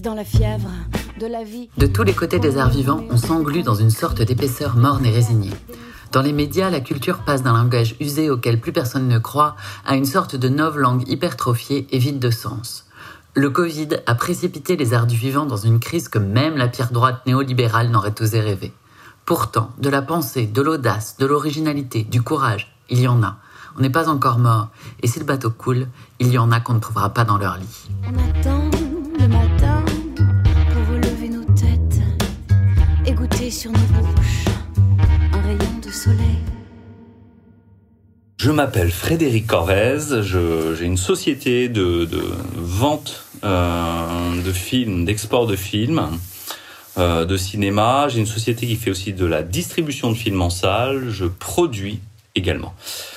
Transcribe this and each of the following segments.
dans la fièvre de la vie. De tous les côtés des arts vivants, on s'englue dans une sorte d'épaisseur morne et résignée. Dans les médias, la culture passe d'un langage usé auquel plus personne ne croit à une sorte de novlangue hypertrophiée et vide de sens. Le Covid a précipité les arts du vivant dans une crise que même la pire droite néolibérale n'aurait osé rêver. Pourtant, de la pensée, de l'audace, de l'originalité, du courage, il y en a. On n'est pas encore mort, et si le bateau coule, il y en a qu'on ne trouvera pas dans leur lit. On attend le matin pour relever nos têtes et goûter sur nos bouches un rayon de soleil. Je m'appelle Frédéric Corvez, j'ai une société de vente de films, d'export de films, de cinéma. J'ai une société qui fait aussi de la distribution de films en salle. Je produis également.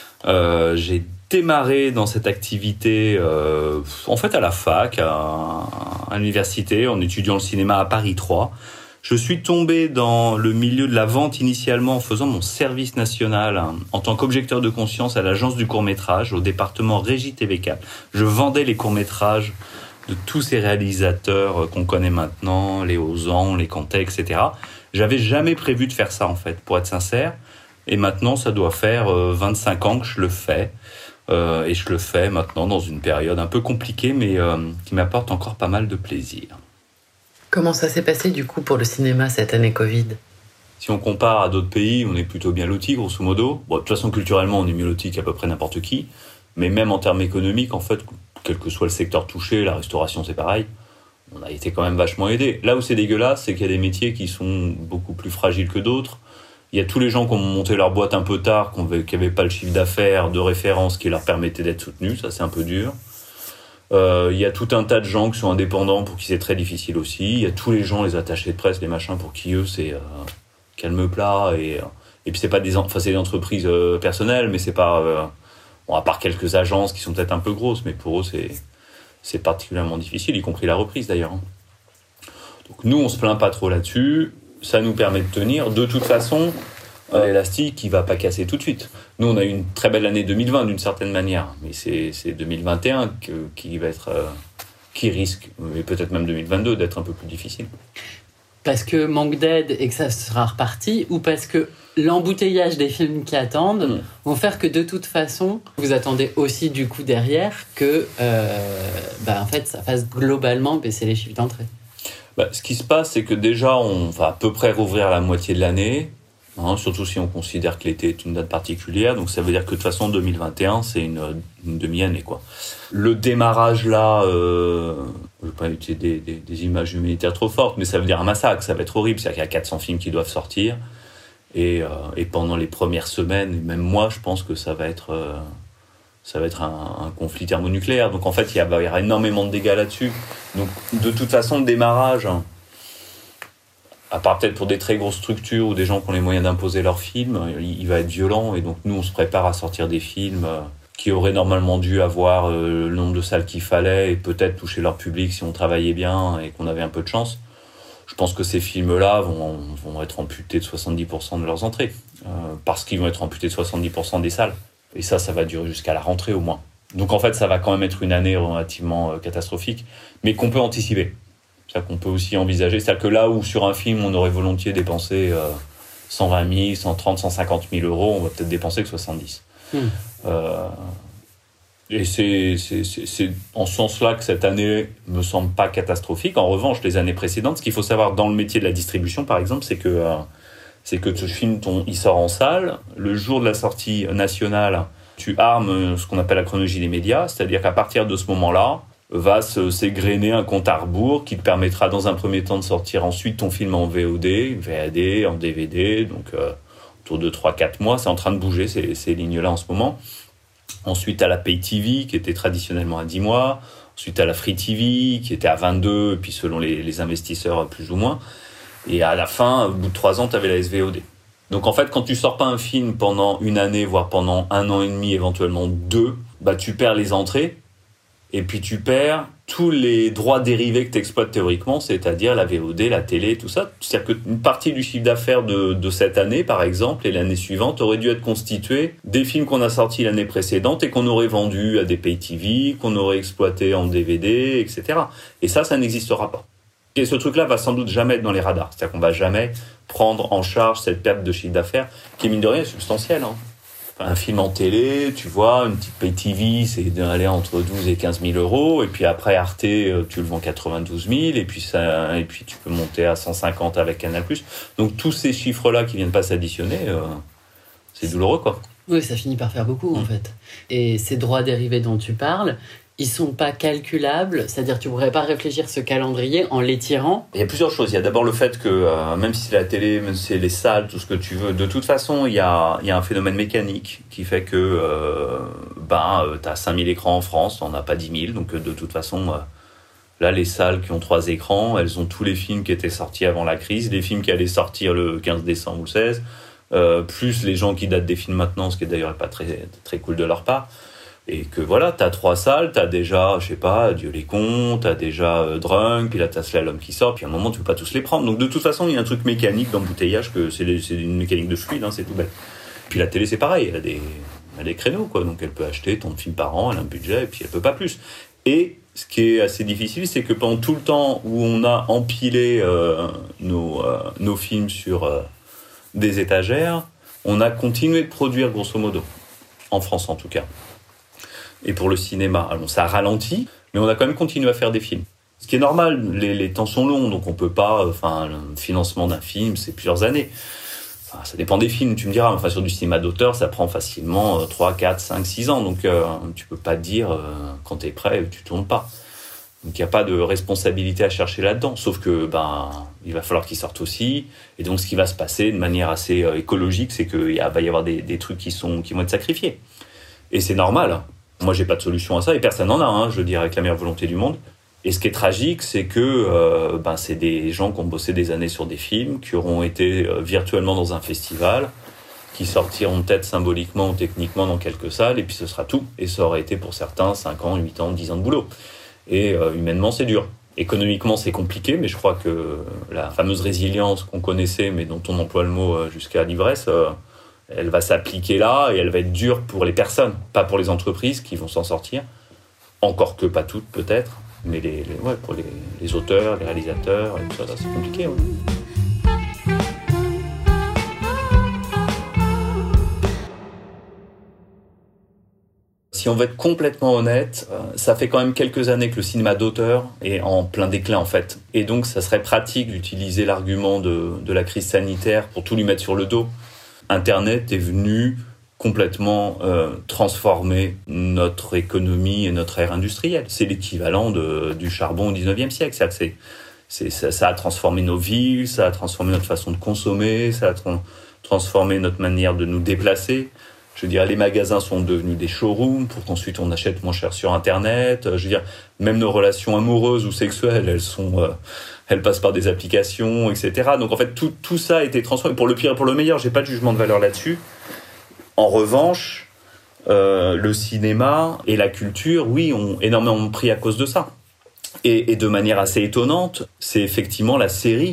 J'ai démarré dans cette activité en fait à la fac, à l'université, en étudiant le cinéma à Paris 3. Je suis tombé dans le milieu de la vente initialement en faisant mon service national en tant qu'objecteur de conscience à l'agence du court-métrage au département Régie TV4. Je vendais les courts-métrages de tous ces réalisateurs qu'on connaît maintenant, les Ozan, les Cantet, etc. J'avais jamais prévu de faire ça en fait, pour être sincère. Et maintenant, ça doit faire 25 ans que je le fais. Et je le fais maintenant dans une période un peu compliquée, mais qui m'apporte encore pas mal de plaisir. Comment ça s'est passé du coup pour le cinéma cette année Covid ? Si on compare à d'autres pays, on est plutôt bien lotis, grosso modo. Bon, de toute façon, culturellement, on est mieux lotis qu'à peu près n'importe qui. Mais même en termes économiques, en fait, quel que soit le secteur touché, la restauration, c'est pareil. On a été quand même vachement aidés. Là où c'est dégueulasse, c'est qu'il y a des métiers qui sont beaucoup plus fragiles que d'autres. Il y a tous les gens qui ont monté leur boîte un peu tard, qui n'avaient pas le chiffre d'affaires de référence qui leur permettait d'être soutenus. Ça, c'est un peu dur. Il y a tout un tas de gens qui sont indépendants pour qui c'est très difficile aussi. Il y a tous les gens, les attachés de presse, les machins, pour qui eux, c'est calme-plat. Et puis, c'est des entreprises personnelles, mais c'est pas... bon, à part quelques agences qui sont peut-être un peu grosses, mais pour eux, c'est particulièrement difficile, y compris la reprise d'ailleurs. Donc nous, on se plaint pas trop là-dessus. Ça nous permet de tenir. De toute façon, l'élastique, il va pas casser tout de suite. Nous, on a eu une très belle année 2020 d'une certaine manière, mais c'est 2021 qui va être, qui risque, et peut-être même 2022, d'être un peu plus difficile. Parce que manque d'aide et que ça sera reparti, ou parce que l'embouteillage des films qui attendent vont faire que de toute façon, vous attendez aussi du coup derrière que, en fait, ça fasse globalement baisser les chiffres d'entrée. Ce qui se passe, c'est que déjà, on va à peu près rouvrir la moitié de l'année, surtout si on considère que l'été est une date particulière. Donc ça veut dire que de toute façon, 2021, c'est une demi-année, quoi. Le démarrage là, je ne veux pas utiliser des images humanitaires trop fortes, mais ça veut dire un massacre, ça va être horrible. C'est-à-dire qu'il y a 400 films qui doivent sortir. Et pendant les premières semaines, et même mois, je pense que ça va être un conflit thermonucléaire. Donc en fait, il y aura énormément de dégâts là-dessus. Donc de toute façon, le démarrage, à part peut-être pour des très grosses structures ou des gens qui ont les moyens d'imposer leurs films, il va être violent. Et donc nous, on se prépare à sortir des films qui auraient normalement dû avoir le nombre de salles qu'il fallait et peut-être toucher leur public si on travaillait bien et qu'on avait un peu de chance. Je pense que ces films-là vont être amputés de 70% de leurs entrées, parce qu'ils vont être amputés de 70% des salles. Et ça va durer jusqu'à la rentrée au moins. Donc en fait, ça va quand même être une année relativement catastrophique, mais qu'on peut anticiper. C'est-à-dire qu'on peut aussi envisager. C'est-à-dire que là où sur un film, on aurait volontiers dépensé 120 000, 130, 150 000 euros, on va peut-être dépenser que 70. Et c'est en ce sens-là que cette année me semble pas catastrophique. En revanche, les années précédentes, ce qu'il faut savoir dans le métier de la distribution, par exemple, c'est que ce film, il sort en salle. Le jour de la sortie nationale, tu armes ce qu'on appelle la chronologie des médias, c'est-à-dire qu'à partir de ce moment-là, va s'égrener un compte à rebours qui te permettra dans un premier temps de sortir ensuite ton film en VOD, VAD, en DVD, donc autour de 3-4 mois. C'est en train de bouger ces lignes-là en ce moment. Ensuite, à la Pay TV, qui était traditionnellement à 10 mois. Ensuite, à la Free TV, qui était à 22, et puis selon les investisseurs, plus ou moins. Et à la fin, au bout de 3 ans, tu avais la SVOD. Donc en fait, quand tu sors pas un film pendant une année, voire pendant 1 an et demi, éventuellement 2, tu perds les entrées, et puis tu perds tous les droits dérivés que tu exploites théoriquement, c'est-à-dire la VOD, la télé, tout ça. C'est-à-dire qu'une partie du chiffre d'affaires de cette année, par exemple, et l'année suivante, aurait dû être constituée des films qu'on a sortis l'année précédente et qu'on aurait vendus à des pay TV, qu'on aurait exploités en DVD, etc. Et ça n'existera pas. Et ce truc-là va sans doute jamais être dans les radars. C'est-à-dire qu'on va jamais prendre en charge cette perte de chiffre d'affaires qui, mine de rien, est substantielle. Un film en télé, tu vois, une petite pay TV, c'est d'aller entre 12 et 15 000 euros. Et puis après, Arte, tu le vends 92 000. Et puis tu peux monter à 150 avec Canal+. Donc tous ces chiffres-là qui viennent pas s'additionner, c'est douloureux, quoi. Oui, ça finit par faire beaucoup, en fait. Et ces droits dérivés dont tu parles, ils sont pas calculables, c'est-à-dire tu pourrais pas réfléchir ce calendrier en l'étirant. Il y a plusieurs choses. Il y a d'abord le fait que même si c'est la télé, même si c'est les salles, tout ce que tu veux, de toute façon, il y a un phénomène mécanique qui fait que t'as 5000 écrans en France, t'en as pas 10 000, donc de toute façon, là, les salles qui ont 3 écrans, elles ont tous les films qui étaient sortis avant la crise, les films qui allaient sortir le 15 décembre ou le 16, plus les gens qui datent des films maintenant, ce qui est d'ailleurs pas très, très cool de leur part. Et que voilà, t'as 3 salles, t'as déjà, je sais pas, Dieu les cons, t'as déjà Drunk, puis là t'as Slalom qui sort, puis à un moment tu peux pas tous les prendre. Donc de toute façon, il y a un truc mécanique d'embouteillage, que c'est une mécanique de fluide, c'est tout bête. Puis la télé c'est pareil, elle a des créneaux, quoi. Donc elle peut acheter tant de films par an, elle a un budget, et puis elle peut pas plus. Et ce qui est assez difficile, c'est que pendant tout le temps où on a empilé nos films sur des étagères, on a continué de produire grosso modo, en France en tout cas. Et pour le cinéma, alors ça ralentit, mais on a quand même continué à faire des films. Ce qui est normal, les temps sont longs, donc on peut pas, le financement d'un film, c'est plusieurs années. Ça dépend des films, tu me diras, sur du cinéma d'auteur, ça prend facilement 3, 4, 5, 6 ans, donc tu peux pas te dire, quand t'es prêt, tu tournes pas. Donc il n'y a pas de responsabilité à chercher là-dedans, sauf que il va falloir qu'ils sortent aussi, et donc ce qui va se passer de manière assez écologique, c'est qu'il va y avoir des trucs qui vont être sacrifiés. Et c'est normal. Moi, j'ai pas de solution à ça, et personne n'en a, je veux dire, avec la meilleure volonté du monde. Et ce qui est tragique, c'est que c'est des gens qui ont bossé des années sur des films, qui auront été virtuellement dans un festival, qui sortiront peut-être symboliquement ou techniquement dans quelques salles, et puis ce sera tout. Et ça aurait été pour certains 5 ans, 8 ans, 10 ans de boulot. Et humainement, c'est dur. Économiquement, c'est compliqué, mais je crois que la fameuse résilience qu'on connaissait, mais dont on emploie le mot jusqu'à l'ivresse, elle va s'appliquer là, et elle va être dure pour les personnes, pas pour les entreprises qui vont s'en sortir. Encore que pas toutes, peut-être, mais pour les auteurs, les réalisateurs, et tout ça, c'est compliqué. Ouais. Si on veut être complètement honnête, ça fait quand même quelques années que le cinéma d'auteur est en plein déclin, en fait. Et donc, ça serait pratique d'utiliser l'argument de la crise sanitaire pour tout lui mettre sur le dos. Internet est venu complètement transformer notre économie et notre ère industrielle. C'est l'équivalent du charbon au 19e siècle. Ça a transformé nos villes, ça a transformé notre façon de consommer, ça a transformé notre manière de nous déplacer. Je veux dire, les magasins sont devenus des showrooms pour qu'ensuite on achète moins cher sur Internet. Je veux dire, même nos relations amoureuses ou sexuelles, elles passent par des applications, etc. Donc en fait, tout ça a été transformé. Pour le pire et pour le meilleur, j'ai pas de jugement de valeur là-dessus. En revanche, le cinéma et la culture, oui, ont énormément pris à cause de ça. Et de manière assez étonnante, c'est effectivement la série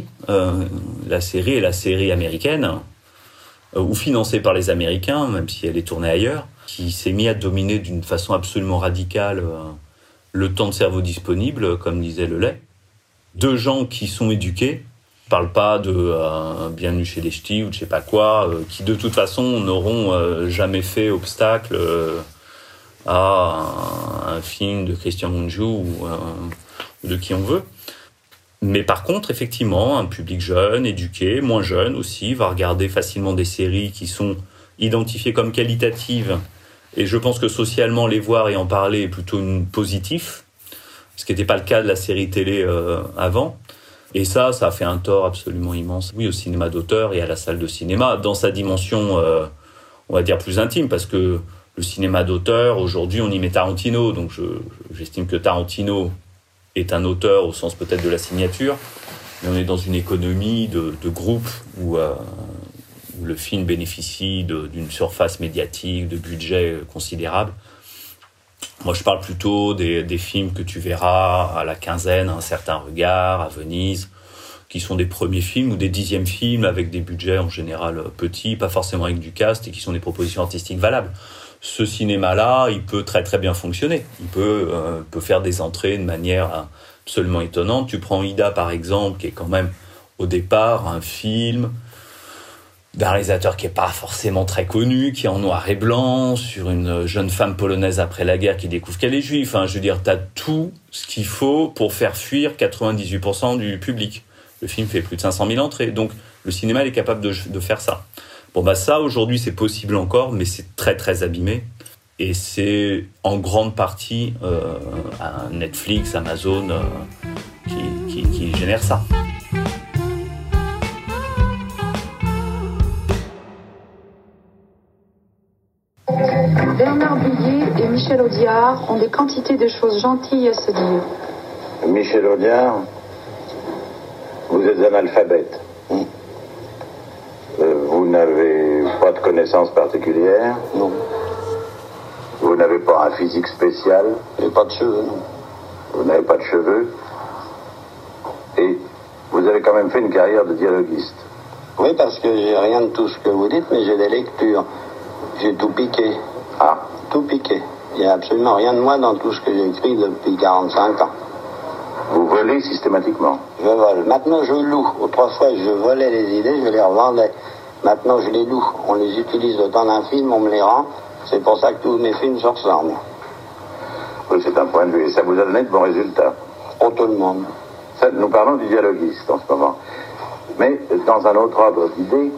américaine, ou financée par les Américains, même si elle est tournée ailleurs, qui s'est mis à dominer d'une façon absolument radicale le temps de cerveau disponible, comme disait Lelay. 2 gens qui sont éduqués, je parle pas de Bienvenue chez les Ch'tis ou de je sais pas quoi, qui de toute façon n'auront jamais fait obstacle à un film de Christian Mungiu ou de qui on veut. Mais par contre, effectivement, un public jeune, éduqué, moins jeune aussi, va regarder facilement des séries qui sont identifiées comme qualitatives. Et je pense que socialement, les voir et en parler est plutôt positif, ce qui n'était pas le cas de la série télé avant. Et ça a fait un tort absolument immense, oui, au cinéma d'auteur et à la salle de cinéma, dans sa dimension, on va dire, plus intime, parce que le cinéma d'auteur, aujourd'hui, on y met Tarantino, donc j'estime que Tarantino est un auteur au sens peut-être de la signature, mais on est dans une économie de groupe où le film bénéficie d'une surface médiatique, de budget considérable. Moi, je parle plutôt des films que tu verras à la Quinzaine, Un certain regard, à Venise, qui sont des premiers films ou des 10e films avec des budgets en général petits, pas forcément avec du cast, et qui sont des propositions artistiques valables. Ce cinéma-là, il peut très très bien fonctionner. Il peut faire des entrées de manière absolument étonnantes. Tu prends Ida, par exemple, qui est quand même, au départ, un film d'un réalisateur qui n'est pas forcément très connu, qui est en noir et blanc, sur une jeune femme polonaise après la guerre qui découvre qu'elle est juive. Enfin, je veux dire, t'as tout ce qu'il faut pour faire fuir 98% du public. Le film fait plus de 500 000 entrées, donc le cinéma il est capable de faire ça. Bon, bah ça, aujourd'hui, c'est possible encore, mais c'est très, très abîmé. Et c'est en grande partie Netflix, Amazon qui génère ça. Bernard Blier et Michel Audiard ont des quantités de choses gentilles à se dire. Michel Audiard, vous êtes analphabète. Vous n'avez pas de connaissances particulières? Non. Vous n'avez pas un physique spécial? J'ai pas de cheveux, non. Vous n'avez pas de cheveux? Et vous avez quand même fait une carrière de dialoguiste? Oui, parce que j'ai rien de tout ce que vous dites, mais j'ai des lectures. J'ai tout piqué. Ah. Tout piqué. Il n'y a absolument rien de moi dans tout ce que j'écris depuis 45 ans. Vous volez systématiquement? Je vole. Maintenant, je loue. Autrefois, je volais les idées, je les revendais. Maintenant, je les loue. On les utilise le temps d'un film, on me les rend. C'est pour ça que tous mes films se ressemblent. Oui, c'est un point de vue. Et ça vous a donné de bons résultats? Pour tout le monde. Ça, nous parlons du dialoguiste en ce moment. Mais dans un autre ordre d'idées,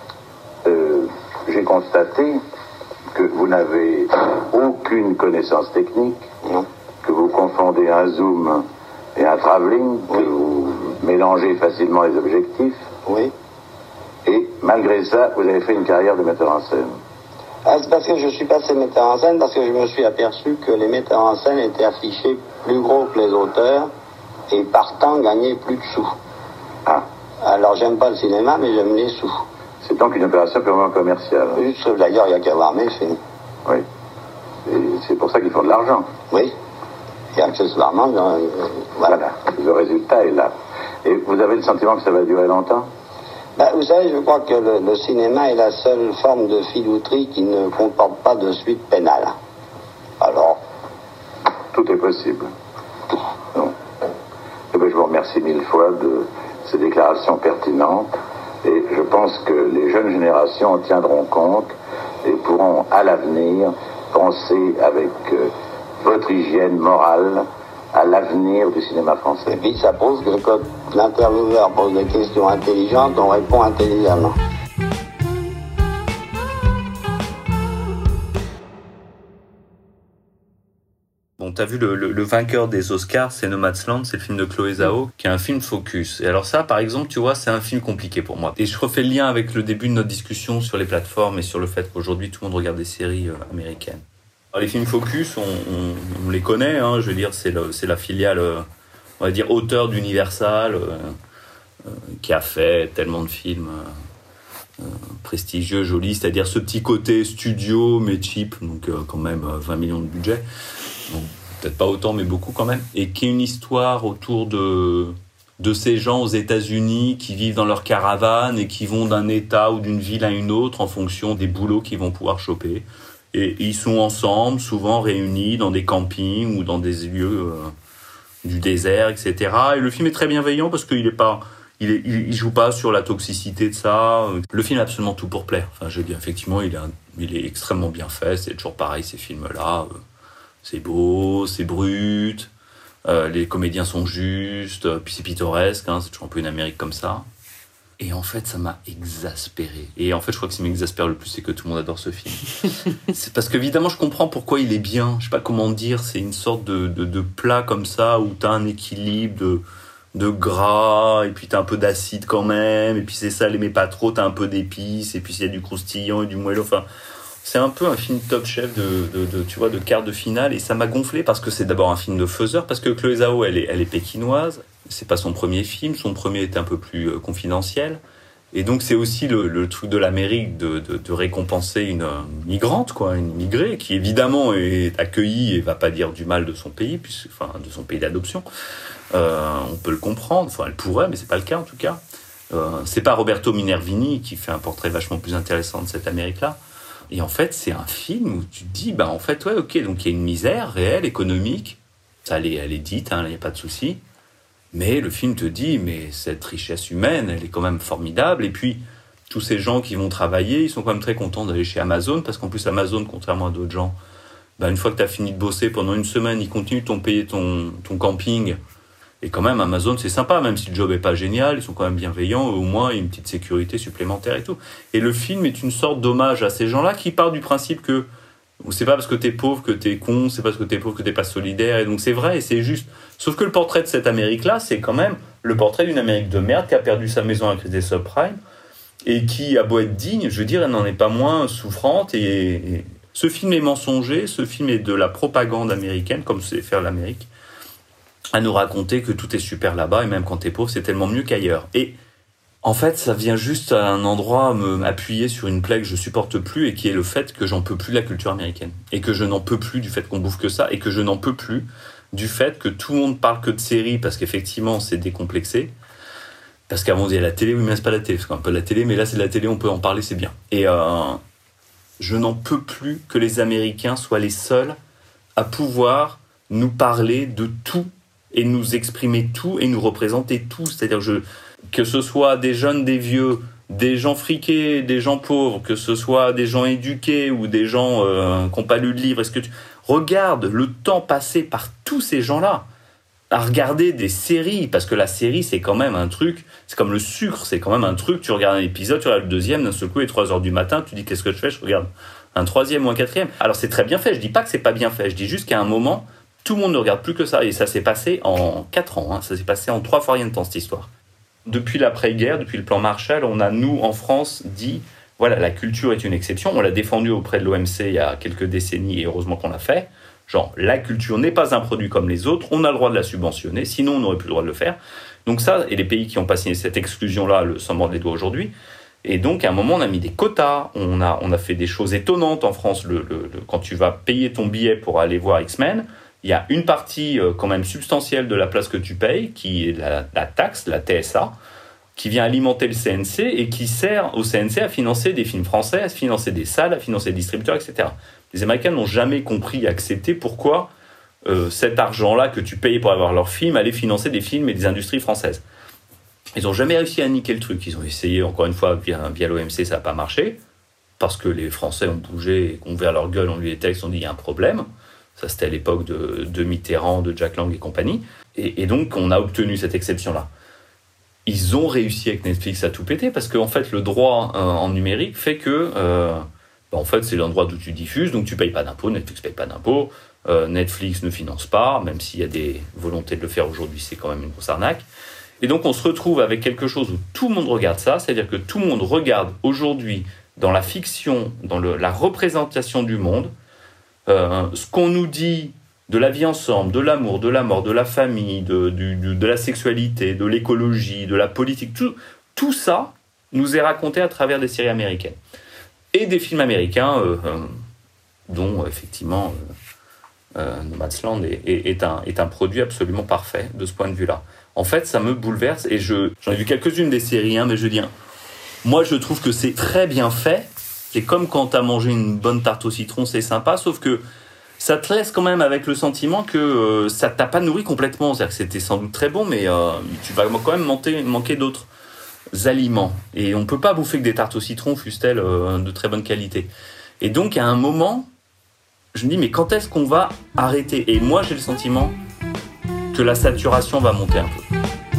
j'ai constaté que vous n'avez aucune connaissance technique, Non. que vous confondez un zoom et un travelling, Oui. que vous mélangez facilement les objectifs, Oui. et malgré ça, vous avez fait une carrière de metteur en scène. Ah, c'est parce que je suis passé metteur en scène, parce que je me suis aperçu que les metteurs en scène étaient affichés plus gros que les auteurs, et partant gagnaient plus de sous. Ah, Alors, j'aime pas le cinéma, mais j'aime les sous. c'est donc une opération purement commerciale. Juste, d'ailleurs, il n'y a qu'à voir mes films. Oui. Et c'est pour ça qu'ils font de l'argent. Oui. Et accessoirement, voilà. Le résultat est là. Et vous avez le sentiment que ça va durer longtemps? Vous savez, je crois que le cinéma est la seule forme de filouterie qui ne comporte pas de suite pénale. Alors, Tout est possible. Non. Eh bien, je vous remercie mille fois de ces déclarations pertinentes. Et je pense que les jeunes générations en tiendront compte et pourront, à l'avenir, penser avec votre hygiène morale à l'avenir du cinéma et français. puis ça prouve que quand l'intervieweur pose des questions intelligentes, on répond intelligemment. Bon, t'as vu le vainqueur des Oscars, c'est Nomadland, c'est le film de Chloé Zhao, qui est un film focus. Et alors ça, par exemple, tu vois, c'est un film compliqué pour moi. Et je refais le lien avec le début de notre discussion sur les plateformes et sur le fait qu'aujourd'hui, tout le monde regarde des séries américaines. Alors, les films focus, on les connaît, hein, je veux dire, c'est la filiale, on va dire, auteur d'Universal, qui a fait tellement de films prestigieux, jolis, c'est-à-dire ce petit côté studio, mais cheap, donc quand même 20 millions de budget. Bon, peut-être pas autant, mais beaucoup quand même. Et qui est une histoire autour de ces gens aux États-Unis qui vivent dans leur caravane et qui vont d'un État ou d'une ville à une autre en fonction des boulots qu'ils vont pouvoir choper. Et ils sont ensemble, souvent réunis dans des campings ou dans des lieux du désert, etc. Et le film est très bienveillant parce qu'il est pas... Il joue pas sur la toxicité de ça. Le film a absolument tout pour plaire. Enfin, je veux dire, effectivement, il est extrêmement bien fait. C'est toujours pareil, ces films-là. C'est beau, c'est brut. Les comédiens sont justes. Puis c'est pittoresque. Hein, c'est toujours un peu une Amérique comme ça. Et en fait, ça m'a exaspéré. Et en fait, je crois que ce qui m'exaspère le plus, c'est que tout le monde adore ce film. C'est parce qu'évidemment, je comprends pourquoi il est bien. Je sais pas comment dire. C'est une sorte de plat comme ça où t'as un équilibre de gras, et puis t'as un peu d'acide quand même, et puis c'est salé mais pas trop, t'as un peu d'épices, et puis il y a du croustillant et du moelleux, enfin, c'est un peu un film Top Chef tu vois, de quart de finale, et ça m'a gonflé parce que c'est d'abord un film de faiseur, parce que Chloé Zhao, elle est pékinoise, c'est pas son premier film, son premier était un peu plus confidentiel, et donc c'est aussi le truc de l'Amérique de récompenser une migrante, quoi, une immigrée, qui évidemment est accueillie et va pas dire du mal de son pays, de son pays d'adoption. On peut le comprendre, enfin elle pourrait, mais c'est pas le cas en tout cas. C'est pas Roberto Minervini qui fait un portrait vachement plus intéressant de cette Amérique-là. Et en fait, c'est un film où tu te dis, ok, donc il y a une misère réelle, économique, ça elle est dite, il n'y a pas de souci. Mais le film te dit, mais cette richesse humaine, elle est quand même formidable. Et puis, tous ces gens qui vont travailler, ils sont quand même très contents d'aller chez Amazon, parce qu'en plus, Amazon, contrairement à d'autres gens, une fois que tu as fini de bosser pendant une semaine, ils continuent de payer ton camping. Et quand même, Amazon, c'est sympa, même si le job est pas génial, ils sont quand même bienveillants, au moins, il y a une petite sécurité supplémentaire et tout. Et le film est une sorte d'hommage à ces gens-là qui partent du principe que c'est pas parce que t'es pauvre que t'es con, c'est pas parce que t'es pauvre que t'es pas solidaire, et donc c'est vrai, et c'est juste. Sauf que le portrait de cette Amérique-là, c'est quand même le portrait d'une Amérique de merde qui a perdu sa maison à la crise des subprimes, et qui a beau être digne, je veux dire, elle n'en est pas moins souffrante, et ce film est mensonger, ce film est de la propagande américaine, comme c'est faire l'Amérique, à nous raconter que tout est super là-bas, et même quand t'es pauvre, c'est tellement mieux qu'ailleurs. Et en fait, ça vient juste à un endroit m'appuyer sur une plaie que je supporte plus, et qui est le fait que j'en peux plus de la culture américaine. Et que je n'en peux plus du fait qu'on bouffe que ça, et que je n'en peux plus du fait que tout le monde parle que de séries, parce qu'effectivement, c'est décomplexé. Parce qu'avant, on disait la télé, oui, mais c'est pas la télé, c'est un peu la télé, mais là, c'est de la télé, on peut en parler, c'est bien. Et je n'en peux plus que les Américains soient les seuls à pouvoir nous parler de tout, et nous exprimer tout, et nous représenter tout. C'est-à-dire que ce soit des jeunes, des vieux, des gens friqués, des gens pauvres, que ce soit des gens éduqués ou des gens qui n'ont pas lu de livre. Regarde le temps passé par tous ces gens-là à regarder des séries, parce que la série, c'est quand même un truc, c'est comme le sucre, c'est quand même un truc, tu regardes un épisode, tu regardes le deuxième, d'un seul coup, il est 3h du matin, tu dis qu'est-ce que je fais, je regarde un troisième ou un quatrième. Alors c'est très bien fait, je dis pas que c'est pas bien fait, je dis juste qu'à un moment, tout le monde ne regarde plus que ça, et ça s'est passé en 4 ans, ça s'est passé en 3 fois rien de temps, cette histoire. Depuis l'après-guerre, depuis le plan Marshall, on a, nous, en France, dit, voilà, la culture est une exception, on l'a défendu auprès de l'OMC il y a quelques décennies, et heureusement qu'on l'a fait. Genre, la culture n'est pas un produit comme les autres, on a le droit de la subventionner, sinon on n'aurait plus le droit de le faire. Donc ça, et les pays qui n'ont pas signé cette exclusion-là s'en mordent les doigts aujourd'hui. Et donc, à un moment, on a mis des quotas, on a fait des choses étonnantes en France. Quand tu vas payer ton billet pour aller voir X-Men, il y a une partie quand même substantielle de la place que tu payes, qui est la taxe, la TSA, qui vient alimenter le CNC et qui sert au CNC à financer des films français, à financer des salles, à financer des distributeurs, etc. Les Américains n'ont jamais compris et accepté pourquoi cet argent-là que tu payais pour avoir leurs films allait financer des films et des industries françaises. Ils n'ont jamais réussi à niquer le truc. Ils ont essayé, encore une fois, via l'OMC, ça n'a pas marché, parce que les Français ont bougé, ont ouvert leur gueule, ont lu les textes, ont dit il y a un problème. Ça, c'était à l'époque de Mitterrand, de Jack Lang et compagnie. Et donc, on a obtenu cette exception-là. Ils ont réussi avec Netflix à tout péter, parce qu'en fait, le droit en numérique fait que... en fait, c'est l'endroit où tu diffuses, donc tu payes pas d'impôts, Netflix paye pas d'impôts, Netflix ne finance pas, même s'il y a des volontés de le faire aujourd'hui, c'est quand même une grosse arnaque. Et donc, on se retrouve avec quelque chose où tout le monde regarde ça, c'est-à-dire que tout le monde regarde aujourd'hui, dans la fiction, dans la représentation du monde, ce qu'on nous dit de la vie ensemble, de l'amour, de la mort, de la famille, de la sexualité, de l'écologie, de la politique, tout ça nous est raconté à travers des séries américaines. Et des films américains, dont effectivement Nomadland est un produit absolument parfait de ce point de vue-là. En fait, ça me bouleverse, et j'en ai vu quelques-unes des séries, mais je veux dire, moi je trouve que c'est très bien fait. C'est comme quand t'as mangé une bonne tarte au citron, c'est sympa, sauf que ça te laisse quand même avec le sentiment que ça t'a pas nourri complètement. C'est-à-dire que c'était sans doute très bon, mais tu vas quand même manquer d'autres aliments. Et on peut pas bouffer que des tartes au citron, fussent-elles de très bonne qualité. Et donc, à un moment, je me dis, mais quand est-ce qu'on va arrêter ? Et moi, j'ai le sentiment que la saturation va monter un peu.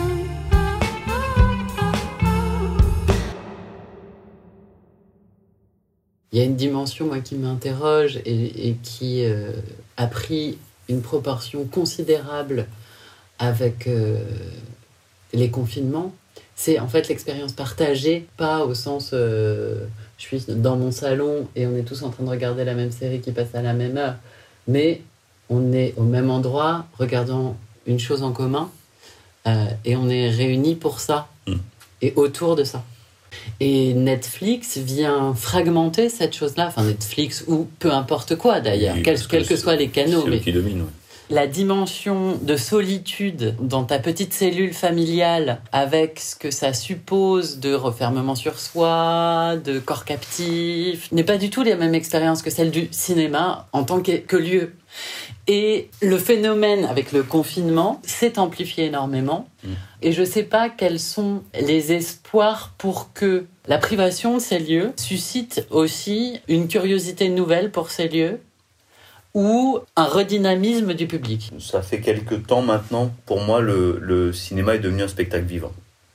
Il y a une dimension, moi, qui m'interroge et qui a pris une proportion considérable avec les confinements. C'est en fait l'expérience partagée, pas au sens je suis dans mon salon et on est tous en train de regarder la même série qui passe à la même heure, mais on est au même endroit, regardant une chose en commun, et on est réunis pour ça, et autour de ça. Et Netflix vient fragmenter cette chose-là, enfin Netflix ou peu importe quoi d'ailleurs, quels que soient les canaux. C'est eux qui dominent, la dimension de solitude dans ta petite cellule familiale, avec ce que ça suppose de refermement sur soi, de corps captif, n'est pas du tout la même expérience que celle du cinéma en tant que lieu. Et le phénomène avec le confinement s'est amplifié énormément. Et je ne sais pas quels sont les espoirs pour que la privation de ces lieux suscite aussi une curiosité nouvelle pour ces lieux ou un redynamisme du public. Ça fait quelques temps maintenant, pour moi, le cinéma est devenu un spectacle vivant.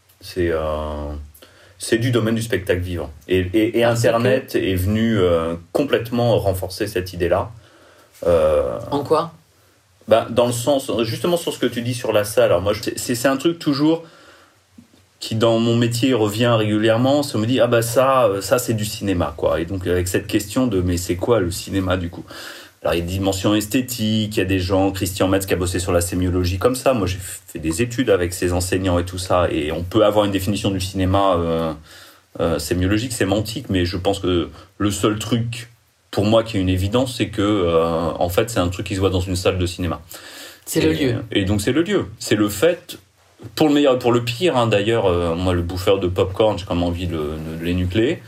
C'est du domaine du spectacle vivant. Et Internet est venu complètement renforcer cette idée-là. En quoi ? Dans le sens, justement sur ce que tu dis sur la salle. Alors moi, c'est un truc toujours qui dans mon métier revient régulièrement. Ça me dit ça c'est du cinéma, quoi. Et donc avec cette question de mais c'est quoi le cinéma du coup ? Alors il y a des dimensions esthétiques, il y a des gens, Christian Metz qui a bossé sur la sémiologie comme ça. Moi j'ai fait des études avec ses enseignants et tout ça, et on peut avoir une définition du cinéma sémiologique, sémantique, mais je pense que le seul truc pour moi qui est une évidence, c'est que en fait c'est un truc qui se voit dans une salle de cinéma. C'est le lieu. Et donc c'est le lieu. C'est le fait, pour le meilleur et pour le pire, hein, d'ailleurs, moi le bouffeur de popcorn, j'ai quand même envie de l'énucléer,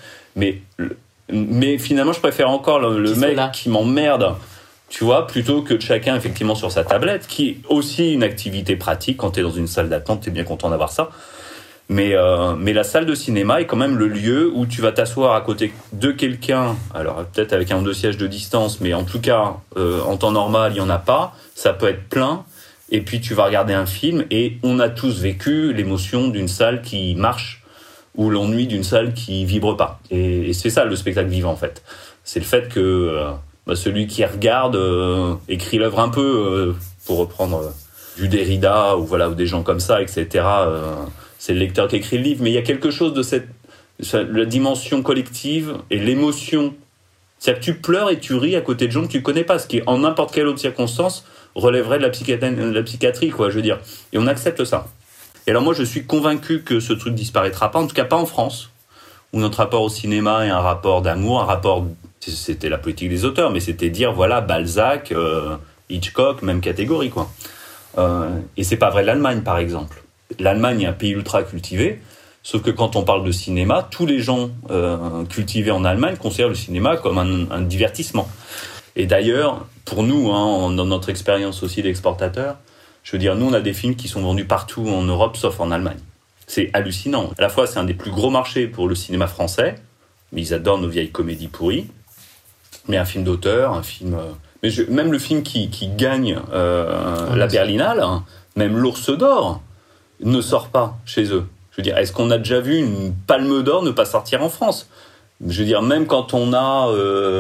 mais finalement je préfère encore le mec qui m'emmerde, tu vois, plutôt que de chacun effectivement sur sa tablette, qui est aussi une activité pratique. Quand t'es dans une salle d'attente, t'es bien content d'avoir ça. Mais la salle de cinéma est quand même le lieu où tu vas t'asseoir à côté de quelqu'un, alors peut-être avec un ou deux sièges de distance, mais en tout cas, en temps normal, il n'y en a pas, ça peut être plein, et puis tu vas regarder un film, et on a tous vécu l'émotion d'une salle qui marche, ou l'ennui d'une salle qui vibre pas. Et c'est ça le spectacle vivant, en fait. C'est le fait que celui qui regarde écrit l'œuvre un peu, pour reprendre du Derrida, ou des gens comme ça, etc., c'est le lecteur qui écrit le livre, mais il y a quelque chose de la dimension collective et l'émotion. C'est-à-dire que tu pleures et tu ris à côté de gens que tu connais pas, ce qui, en n'importe quelle autre circonstance, relèverait de la psychiatrie, quoi, je veux dire. Et on accepte ça. Et alors moi, je suis convaincu que ce truc disparaîtra pas, en tout cas pas en France, où notre rapport au cinéma est un rapport d'amour, c'était la politique des auteurs, mais c'était dire, Balzac, Hitchcock, même catégorie, quoi. Et c'est pas vrai de l'Allemagne, par exemple. L'Allemagne est un pays ultra cultivé, sauf que quand on parle de cinéma, tous les gens cultivés en Allemagne considèrent le cinéma comme un divertissement. Et d'ailleurs, pour nous, dans notre expérience aussi d'exportateur, je veux dire, nous on a des films qui sont vendus partout en Europe, sauf en Allemagne. C'est hallucinant. À la fois, c'est un des plus gros marchés pour le cinéma français, mais ils adorent nos vieilles comédies pourries. Mais un film d'auteur, un film... même le film qui gagne la Berlinale, même l'Ours d'Or, ne sort pas chez eux. Je veux dire, est-ce qu'on a déjà vu une Palme d'Or ne pas sortir en France ? Je veux dire, même quand on a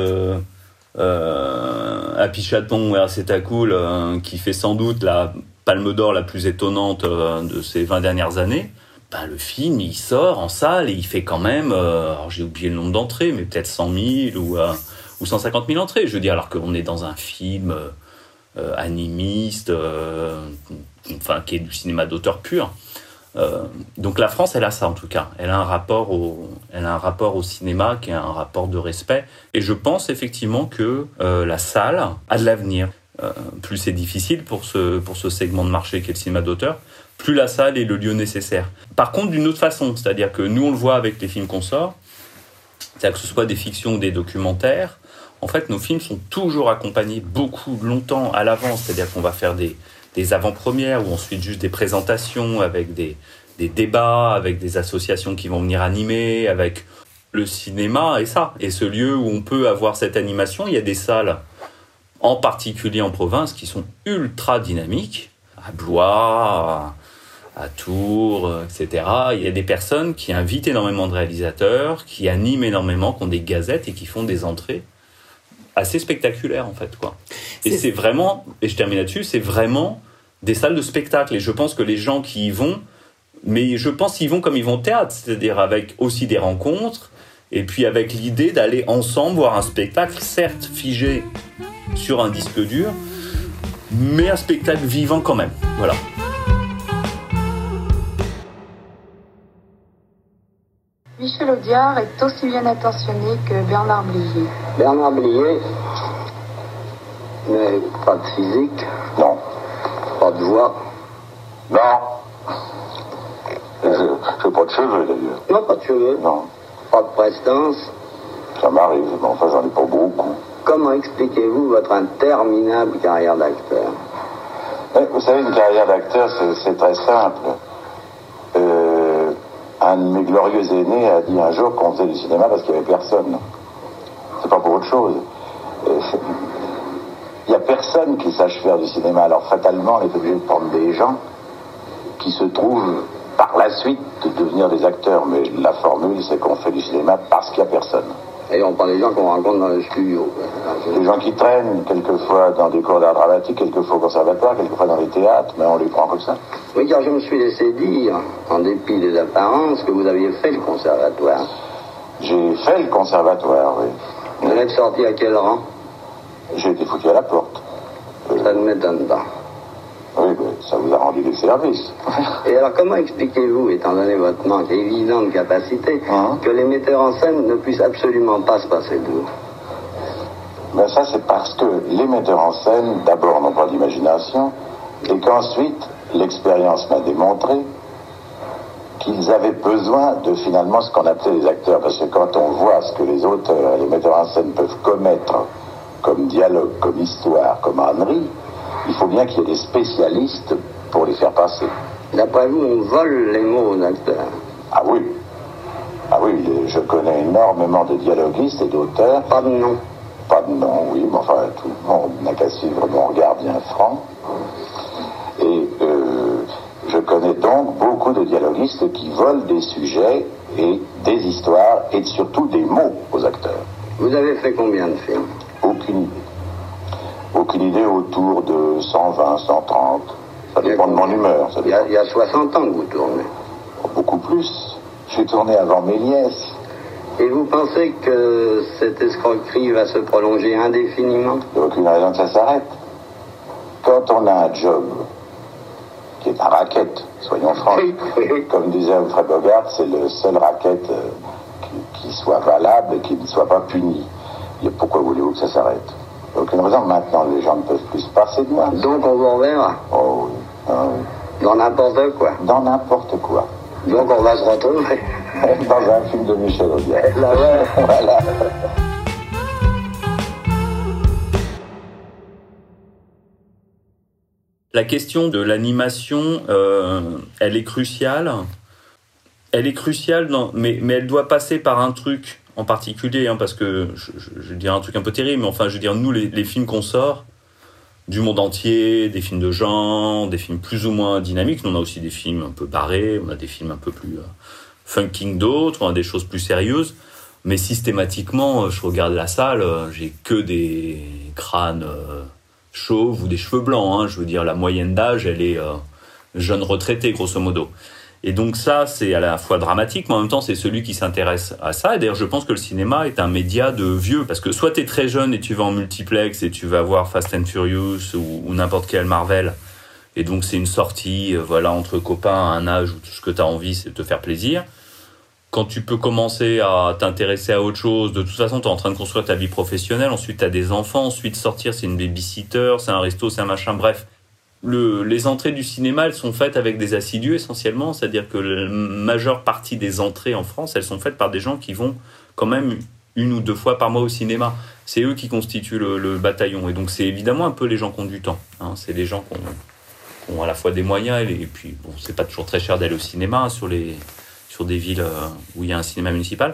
Happy Chaton, c'est à cool, qui fait sans doute la Palme d'Or la plus étonnante de ces 20 dernières années, le film, il sort en salle et il fait quand même, alors j'ai oublié le nombre d'entrées, mais peut-être 100 000 ou 150 000 entrées. Je veux dire, alors qu'on est dans un film animiste, qui est du cinéma d'auteur pur. Donc la France, elle a ça en tout cas. Elle a un rapport au cinéma qui est un rapport de respect. Et je pense effectivement que la salle a de l'avenir. Plus c'est difficile pour ce segment de marché qu'est le cinéma d'auteur, plus la salle est le lieu nécessaire. Par contre, d'une autre façon, c'est-à-dire que nous on le voit avec les films qu'on sort, c'est-à-dire que ce soit des fictions ou des documentaires, en fait nos films sont toujours accompagnés beaucoup longtemps à l'avance, c'est-à-dire qu'on va faire des avant-premières ou ensuite juste des présentations avec des débats, avec des associations qui vont venir animer, avec le cinéma et ça. Et ce lieu où on peut avoir cette animation, il y a des salles, en particulier en province, qui sont ultra dynamiques, à Blois, à Tours, etc. Il y a des personnes qui invitent énormément de réalisateurs, qui animent énormément, qui ont des gazettes et qui font des entrées assez spectaculaires en fait, quoi. Et c'est vraiment, et je termine là-dessus, c'est vraiment des salles de spectacle. Et je pense que les gens qui y vont, mais je pense qu'ils vont comme ils vont au théâtre, c'est-à-dire avec aussi des rencontres, et puis avec l'idée d'aller ensemble voir un spectacle, certes figé sur un disque dur, mais un spectacle vivant quand même. Voilà. Michel Audiard est aussi bien attentionné que Bernard Blier. Bernard Blier, Mais pas de physique, Non. pas de voix. Non. Je n'ai pas de cheveux, d'ailleurs. Non, pas de cheveux. Non. Pas de prestance. Ça m'arrive, mais enfin, j'en ai pas beaucoup. Comment expliquez-vous votre interminable carrière d'acteur? Vous savez, une carrière d'acteur, c'est très simple. Un de mes glorieux aînés a dit un jour qu'on faisait du cinéma parce qu'il n'y avait personne. C'est pas pour autre chose. Il n'y a personne qui sache faire du cinéma. Alors fatalement, on est obligé de prendre des gens qui se trouvent par la suite de devenir des acteurs. Mais la formule, c'est qu'on fait du cinéma parce qu'il n'y a personne. Et on prend les gens qu'on rencontre dans le studio. Des gens qui traînent, quelquefois dans des cours d'art dramatique, quelquefois au conservatoire, quelquefois dans les théâtres, mais on les prend comme ça. Oui, car je me suis laissé dire, en dépit des apparences, que vous aviez fait le conservatoire. J'ai fait le conservatoire, oui. Vous en êtes sorti à quel rang? J'ai été foutu à la porte. Ça ne m'étonne pas. Oui, mais ça vous a rendu des services. Et alors, comment expliquez-vous, étant donné votre manque évident de capacité, que les metteurs en scène ne puissent absolument pas se passer de vous? Ben ça, c'est parce que les metteurs en scène, d'abord, n'ont pas d'imagination, et qu'ensuite, l'expérience m'a démontré qu'ils avaient besoin de, finalement, ce qu'on appelait les acteurs. Parce que quand on voit ce que les auteurs et les metteurs en scène peuvent commettre comme dialogue, comme histoire, comme ânerie, il faut bien qu'il y ait des spécialistes pour les faire passer. D'après vous, on vole les mots aux acteurs? Ah oui. Ah oui, je connais énormément de dialoguistes et d'auteurs. Pas de nom? Pas de nom, oui, mais enfin, tout le monde n'a qu'à suivre mon regard bien franc. Et je connais donc beaucoup de dialoguistes qui volent des sujets et des histoires et surtout des mots aux acteurs. Vous avez fait combien de films? Aucune idée. Aucune idée, autour de 120, 130. Ça dépend de mon humeur. Il y a 60 ans que vous tournez. Beaucoup plus. J'ai tourné avant Méliès. Et vous pensez que cette escroquerie va se prolonger indéfiniment? Il n'y a aucune raison que ça s'arrête. Quand on a un job qui est un racket, soyons francs, comme disait Humphrey Bogart, c'est le seul racket qui soit valable et qui ne soit pas puni. Et pourquoi voulez-vous que ça s'arrête? Aucune raison. Maintenant, les gens ne peuvent plus se passer de moi. Donc on vous reverra? Oh oui. Ah, oui. Dans n'importe quoi? Dans n'importe quoi. Donc on va se retrouver dans un film de Michel Audiard. Là, ouais. Voilà. La question de l'animation, elle est cruciale. Elle est cruciale, mais elle doit passer par un truc en particulier, hein, parce que je vais dire un truc un peu terrible, mais enfin, je veux dire, nous, les films qu'on sort du monde entier, des films de genre, des films plus ou moins dynamiques. Nous, on a aussi des films un peu barrés, on a des films un peu plus funky que d'autres, on a des choses plus sérieuses. Mais systématiquement, je regarde la salle, j'ai que des crânes chauves ou des cheveux blancs. Hein. Je veux dire, la moyenne d'âge, elle est jeune retraité, grosso modo. Et donc ça, c'est à la fois dramatique, mais en même temps, c'est celui qui s'intéresse à ça. Et d'ailleurs, je pense que le cinéma est un média de vieux. Parce que soit t'es très jeune et tu vas en multiplex et tu vas voir Fast and Furious ou n'importe quel Marvel. Et donc, c'est une sortie, voilà, entre copains à un âge où tout ce que t'as envie, c'est de te faire plaisir. Quand tu peux commencer à t'intéresser à autre chose, de toute façon, t'es en train de construire ta vie professionnelle. Ensuite, t'as des enfants. Ensuite, sortir, c'est une babysitter, c'est un resto, c'est un machin, bref. Les entrées du cinéma, elles sont faites avec des assidus essentiellement, c'est-à-dire que la majeure partie des entrées en France, elles sont faites par des gens qui vont quand même 1 ou 2 fois par mois au cinéma. C'est eux qui constituent le bataillon, et donc c'est évidemment un peu les gens qui ont du temps. Hein. C'est les gens qui ont à la fois des moyens, et puis bon, c'est pas toujours très cher d'aller au cinéma, hein, sur des villes où il y a un cinéma municipal.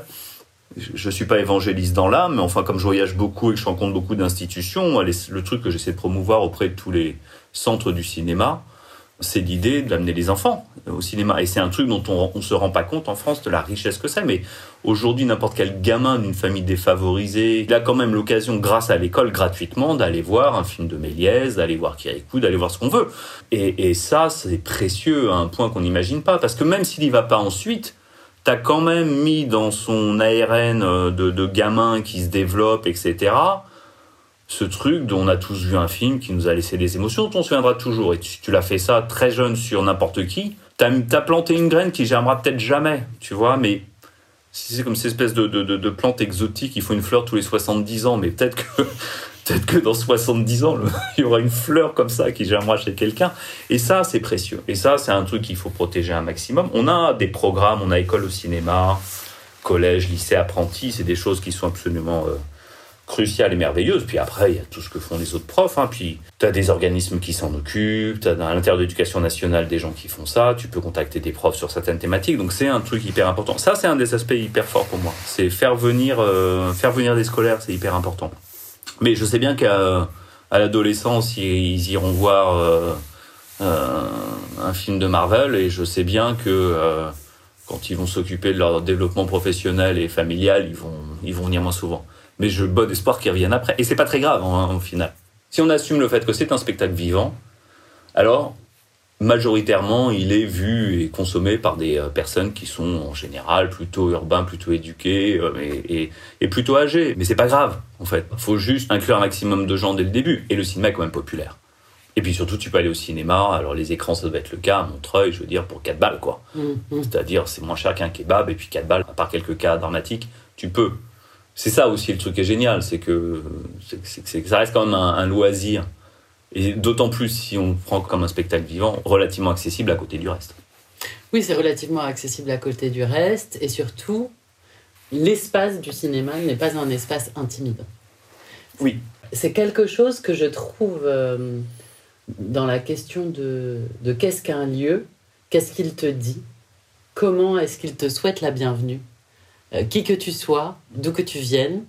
Je suis pas évangéliste dans l'âme, mais enfin, comme je voyage beaucoup et que je rencontre beaucoup d'institutions, le truc que j'essaie de promouvoir auprès de tous les centres du cinéma, c'est l'idée d'amener les enfants au cinéma. Et c'est un truc dont on se rend pas compte en France de la richesse que c'est. Mais aujourd'hui, n'importe quel gamin d'une famille défavorisée, il a quand même l'occasion, grâce à l'école, gratuitement, d'aller voir un film de Méliès, d'aller voir Kirikou, d'aller voir ce qu'on veut. Et ça, c'est précieux à un point qu'on n'imagine pas. Parce que même s'il y va pas ensuite, t'as quand même mis dans son ARN de gamin qui se développe, etc., ce truc dont on a tous vu un film qui nous a laissé des émotions, dont on se souviendra toujours. Et tu l'as fait ça très jeune sur n'importe qui, t'as planté une graine qui germera peut-être jamais, tu vois, mais si c'est comme cette espèce de plante exotique, il faut une fleur tous les 70 ans, mais peut-être Peut-être que dans 70 ans, il y aura une fleur comme ça qui germera chez quelqu'un. Et ça, c'est précieux. Et ça, c'est un truc qu'il faut protéger un maximum. On a des programmes, on a école au cinéma, collège, lycée, apprenti. C'est des choses qui sont absolument cruciales et merveilleuses. Puis après, il y a tout ce que font les autres profs. Puis tu as des organismes qui s'en occupent. Tu as à l'intérieur de l'éducation nationale des gens qui font ça. Tu peux contacter des profs sur certaines thématiques. Donc c'est un truc hyper important. Ça, c'est un des aspects hyper forts pour moi. C'est faire venir des scolaires, c'est hyper important. Mais je sais bien qu'à l'adolescence, ils iront voir un film de Marvel, et je sais bien que quand ils vont s'occuper de leur développement professionnel et familial, ils vont venir moins souvent. Mais j'ai bon espoir qu'ils reviennent après. Et c'est pas très grave, au final. Si on assume le fait que c'est un spectacle vivant, alors majoritairement, il est vu et consommé par des personnes qui sont en général plutôt urbains, plutôt éduqués et plutôt âgés. Mais c'est pas grave, en fait. Il faut juste inclure un maximum de gens dès le début. Et le cinéma est quand même populaire. Et puis surtout, tu peux aller au cinéma. Alors les écrans, ça doit être le cas à Montreuil, je veux dire, pour 4 balles, quoi. C'est-à-dire, c'est moins cher qu'un kebab, et puis 4 balles, à part quelques cas dramatiques, tu peux. C'est ça aussi le truc qui est génial, c'est que ça reste quand même un loisir. Et d'autant plus si on prend comme un spectacle vivant, relativement accessible à côté du reste. Oui, c'est relativement accessible à côté du reste. Et surtout, l'espace du cinéma n'est pas un espace intimidant. Oui. C'est quelque chose que je trouve dans la question de qu'est-ce qu'un lieu, qu'est-ce qu'il te dit, comment est-ce qu'il te souhaite la bienvenue, qui que tu sois, d'où que tu viennes.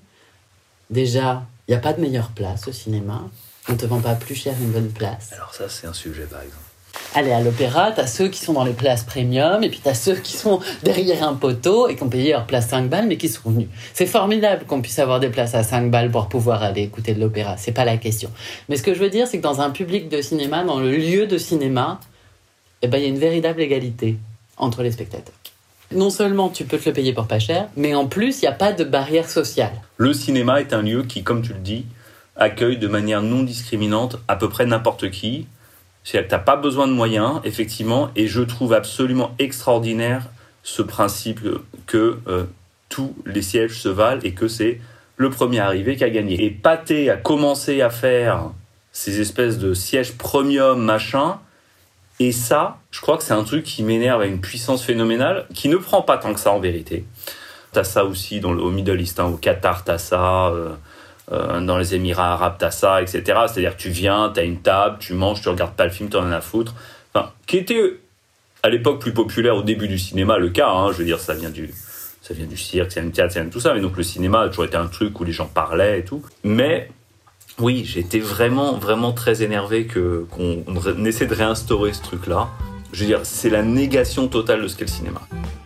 Déjà, il n'y a pas de meilleure place au cinéma. On ne te vend pas plus cher une bonne place. Alors ça, c'est un sujet, par exemple. Allez, à l'opéra, t'as ceux qui sont dans les places premium, et puis t'as ceux qui sont derrière un poteau et qui ont payé leur place 5 balles, mais qui sont venus. C'est formidable qu'on puisse avoir des places à 5 balles pour pouvoir aller écouter de l'opéra. C'est pas la question. Mais ce que je veux dire, c'est que dans un public de cinéma, dans le lieu de cinéma, il y a une véritable égalité entre les spectateurs. Non seulement tu peux te le payer pour pas cher, mais en plus, il n'y a pas de barrière sociale. Le cinéma est un lieu qui, comme tu le dis, accueille de manière non discriminante à peu près n'importe qui. C'est-à-dire que tu n'as pas besoin de moyens, effectivement, et je trouve absolument extraordinaire ce principe que tous les sièges se valent et que c'est le premier arrivé qui a gagné. Et Pathé a commencé à faire ces espèces de sièges premium, machin, et ça, je crois que c'est un truc qui m'énerve à une puissance phénoménale, qui ne prend pas tant que ça en vérité. Tu as ça aussi au Middle East, au Qatar, tu as ça... dans les Émirats arabes, t'as ça, etc. C'est-à-dire que tu viens, t'as une table, tu manges, tu regardes pas le film, t'en as à foutre. Enfin, qui était à l'époque plus populaire au début du cinéma, le cas, je veux dire, ça vient du cirque, ça vient du théâtre, ça vient de tout ça, mais donc le cinéma a toujours été un truc où les gens parlaient et tout. Mais oui, j'étais vraiment, vraiment très énervé qu'on essaie de réinstaurer ce truc-là. Je veux dire, c'est la négation totale de ce qu'est le cinéma.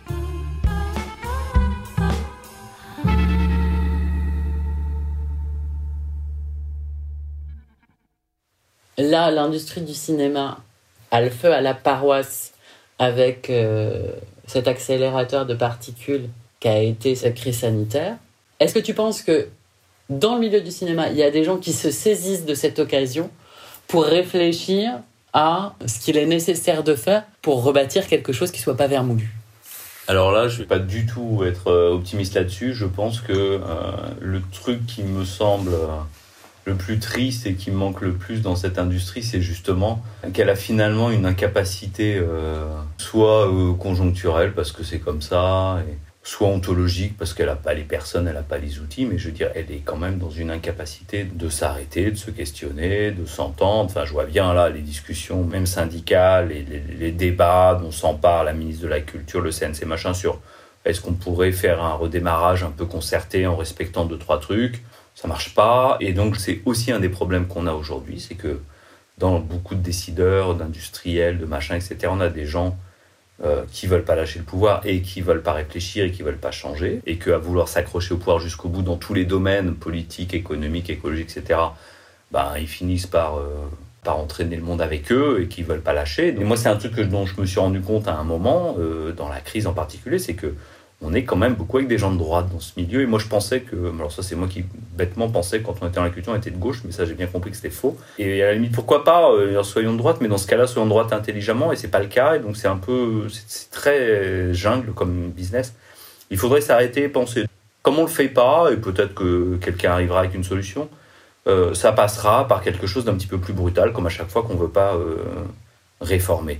Là, l'industrie du cinéma a le feu à la paroisse avec cet accélérateur de particules qu'a été cette crise sanitaire. Est-ce que tu penses que dans le milieu du cinéma, il y a des gens qui se saisissent de cette occasion pour réfléchir à ce qu'il est nécessaire de faire pour rebâtir quelque chose qui ne soit pas vermoulu ? Alors là, je ne vais pas du tout être optimiste là-dessus. Je pense que le truc qui me semble... le plus triste et qui me manque le plus dans cette industrie, c'est justement qu'elle a finalement une incapacité soit conjoncturelle, parce que c'est comme ça, et soit ontologique, parce qu'elle n'a pas les personnes, elle n'a pas les outils, mais je veux dire, elle est quand même dans une incapacité de s'arrêter, de se questionner, de s'entendre. Enfin, je vois bien là les discussions, même syndicales, les débats dont s'empare la ministre de la Culture, le CNC, machin, sur est-ce qu'on pourrait faire un redémarrage un peu concerté en respectant 2-3 trucs. Ça marche pas, et donc c'est aussi un des problèmes qu'on a aujourd'hui, c'est que dans beaucoup de décideurs, d'industriels, de machins, etc., on a des gens qui veulent pas lâcher le pouvoir et qui veulent pas réfléchir et qui veulent pas changer, et qu'à vouloir s'accrocher au pouvoir jusqu'au bout dans tous les domaines, politiques, économiques, écologiques, etc., ils finissent par entraîner le monde avec eux et qui veulent pas lâcher. Et moi, c'est un truc dont je me suis rendu compte à un moment, dans la crise en particulier, c'est que on est quand même beaucoup avec des gens de droite dans ce milieu. Et moi, je pensais que... Alors ça, c'est moi qui, bêtement, pensais que quand on était dans la culture, on était de gauche. Mais ça, j'ai bien compris que c'était faux. Et à la limite, pourquoi pas, soyons de droite. Mais dans ce cas-là, soyons de droite intelligemment. Et c'est pas le cas. Et donc, c'est un peu... C'est très jungle comme business. Il faudrait s'arrêter et penser. Comme on le fait pas, et peut-être que quelqu'un arrivera avec une solution, ça passera par quelque chose d'un petit peu plus brutal, comme à chaque fois qu'on ne veut pas réformer.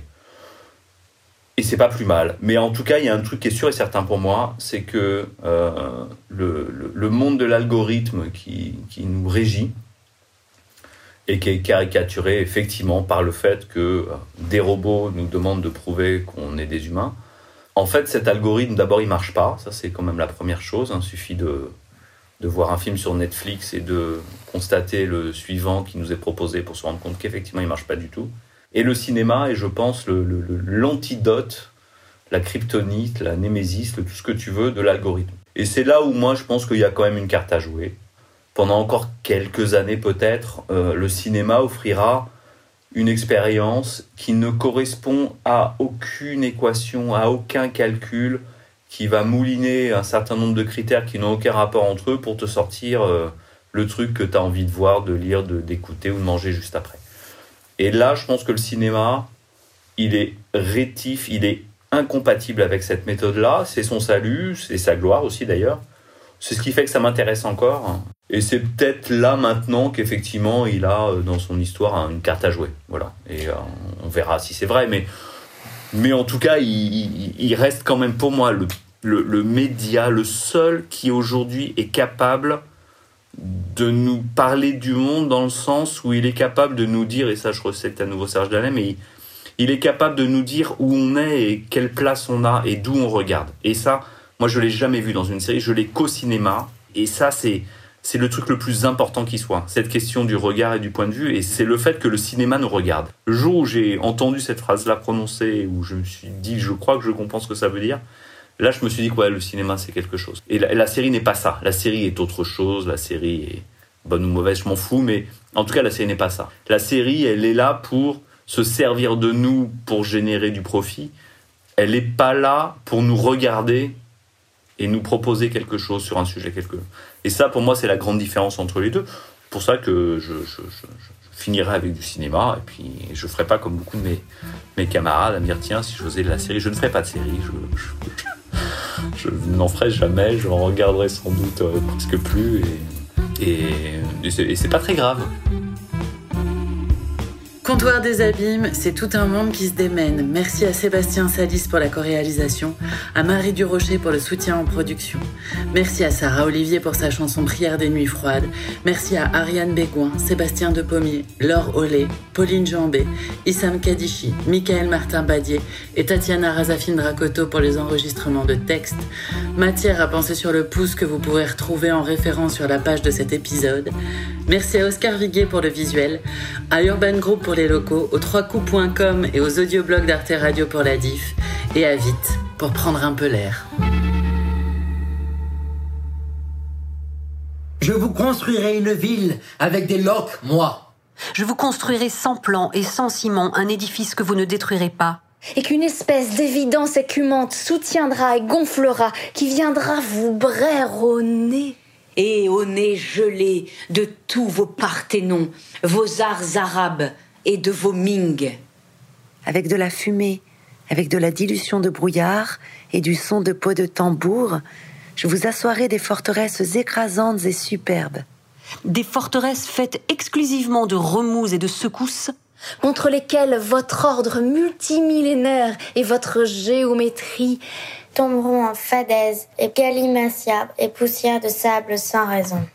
Et c'est pas plus mal. Mais en tout cas, il y a un truc qui est sûr et certain pour moi, c'est que le monde de l'algorithme qui nous régit et qui est caricaturé effectivement par le fait que des robots nous demandent de prouver qu'on est des humains. En fait, cet algorithme, d'abord, il marche pas. Ça, c'est quand même la première chose. Il suffit de voir un film sur Netflix et de constater le suivant qui nous est proposé pour se rendre compte qu'effectivement, il marche pas du tout. Et le cinéma est, je pense, l'antidote, la kryptonite, la némésis, tout ce que tu veux de l'algorithme. Et c'est là où moi, je pense qu'il y a quand même une carte à jouer. Pendant encore quelques années peut-être, le cinéma offrira une expérience qui ne correspond à aucune équation, à aucun calcul, qui va mouliner un certain nombre de critères qui n'ont aucun rapport entre eux pour te sortir le truc que tu as envie de voir, de lire, d'écouter ou de manger juste après. Et là, je pense que le cinéma, il est rétif, il est incompatible avec cette méthode-là. C'est son salut, c'est sa gloire aussi d'ailleurs. C'est ce qui fait que ça m'intéresse encore. Et c'est peut-être là maintenant qu'effectivement, il a dans son histoire une carte à jouer. Voilà. Et on verra si c'est vrai. Mais en tout cas, il reste quand même pour moi le média, le seul qui aujourd'hui est capable de nous parler du monde dans le sens où il est capable de nous dire, et ça je recette à nouveau Serge Dalem, mais il est capable de nous dire où on est et quelle place on a et d'où on regarde. Et ça, moi je l'ai jamais vu dans une série, je l'ai qu'au cinéma, et ça c'est le truc le plus important qui soit, cette question du regard et du point de vue, et c'est le fait que le cinéma nous regarde. Le jour où j'ai entendu cette phrase-là prononcée, où je me suis dit, je crois que je comprends ce que ça veut dire, là, je me suis dit que ouais, le cinéma, c'est quelque chose. Et la série n'est pas ça. La série est autre chose. La série est bonne ou mauvaise, je m'en fous. Mais en tout cas, la série n'est pas ça. La série, elle est là pour se servir de nous pour générer du profit. Elle n'est pas là pour nous regarder et nous proposer quelque chose sur un sujet quelque. Et ça, pour moi, c'est la grande différence entre les deux. C'est pour ça que je finirai avec du cinéma. Et puis, je ne ferai pas comme beaucoup de mes camarades à me dire, tiens, si je faisais de la série, je ne ferai pas de série. Je n'en ferai jamais, je en regarderai sans doute presque plus et c'est pas très grave. Comptoir des Abîmes, c'est tout un monde qui se démène. Merci à Sébastien Salis pour la co-réalisation, à Marie Durocher pour le soutien en production. Merci à Sarah Olivier pour sa chanson Prière des nuits froides. Merci à Ariane Bégoin, Sébastien Depommier, Laure Ollet, Pauline Jambé, Issam Kadichi, Michael Martin-Badier et Tatiana Razafine-Dracoto pour les enregistrements de textes. Matière à penser sur le pouce que vous pourrez retrouver en référence sur la page de cet épisode. Merci à Oscar Viguier pour le visuel, à Urban Group pour les locaux, aux 3coups.com et aux audioblogs d'Arte Radio pour la diff, et à Vite pour prendre un peu l'air. Je vous construirai une ville avec des loques, moi. Je vous construirai sans plan et sans ciment un édifice que vous ne détruirez pas. Et qu'une espèce d'évidence écumante soutiendra et gonflera, qui viendra vous braire au nez. Et au nez gelé de tous vos Parthénons, vos arts arabes et de vos Ming. Avec de la fumée, avec de la dilution de brouillard et du son de peaux de tambour, je vous assoirai des forteresses écrasantes et superbes. Des forteresses faites exclusivement de remous et de secousses, contre lesquelles votre ordre multimillénaire et votre géométrie tomberont en fadaise et galimatia et poussière de sable sans raison.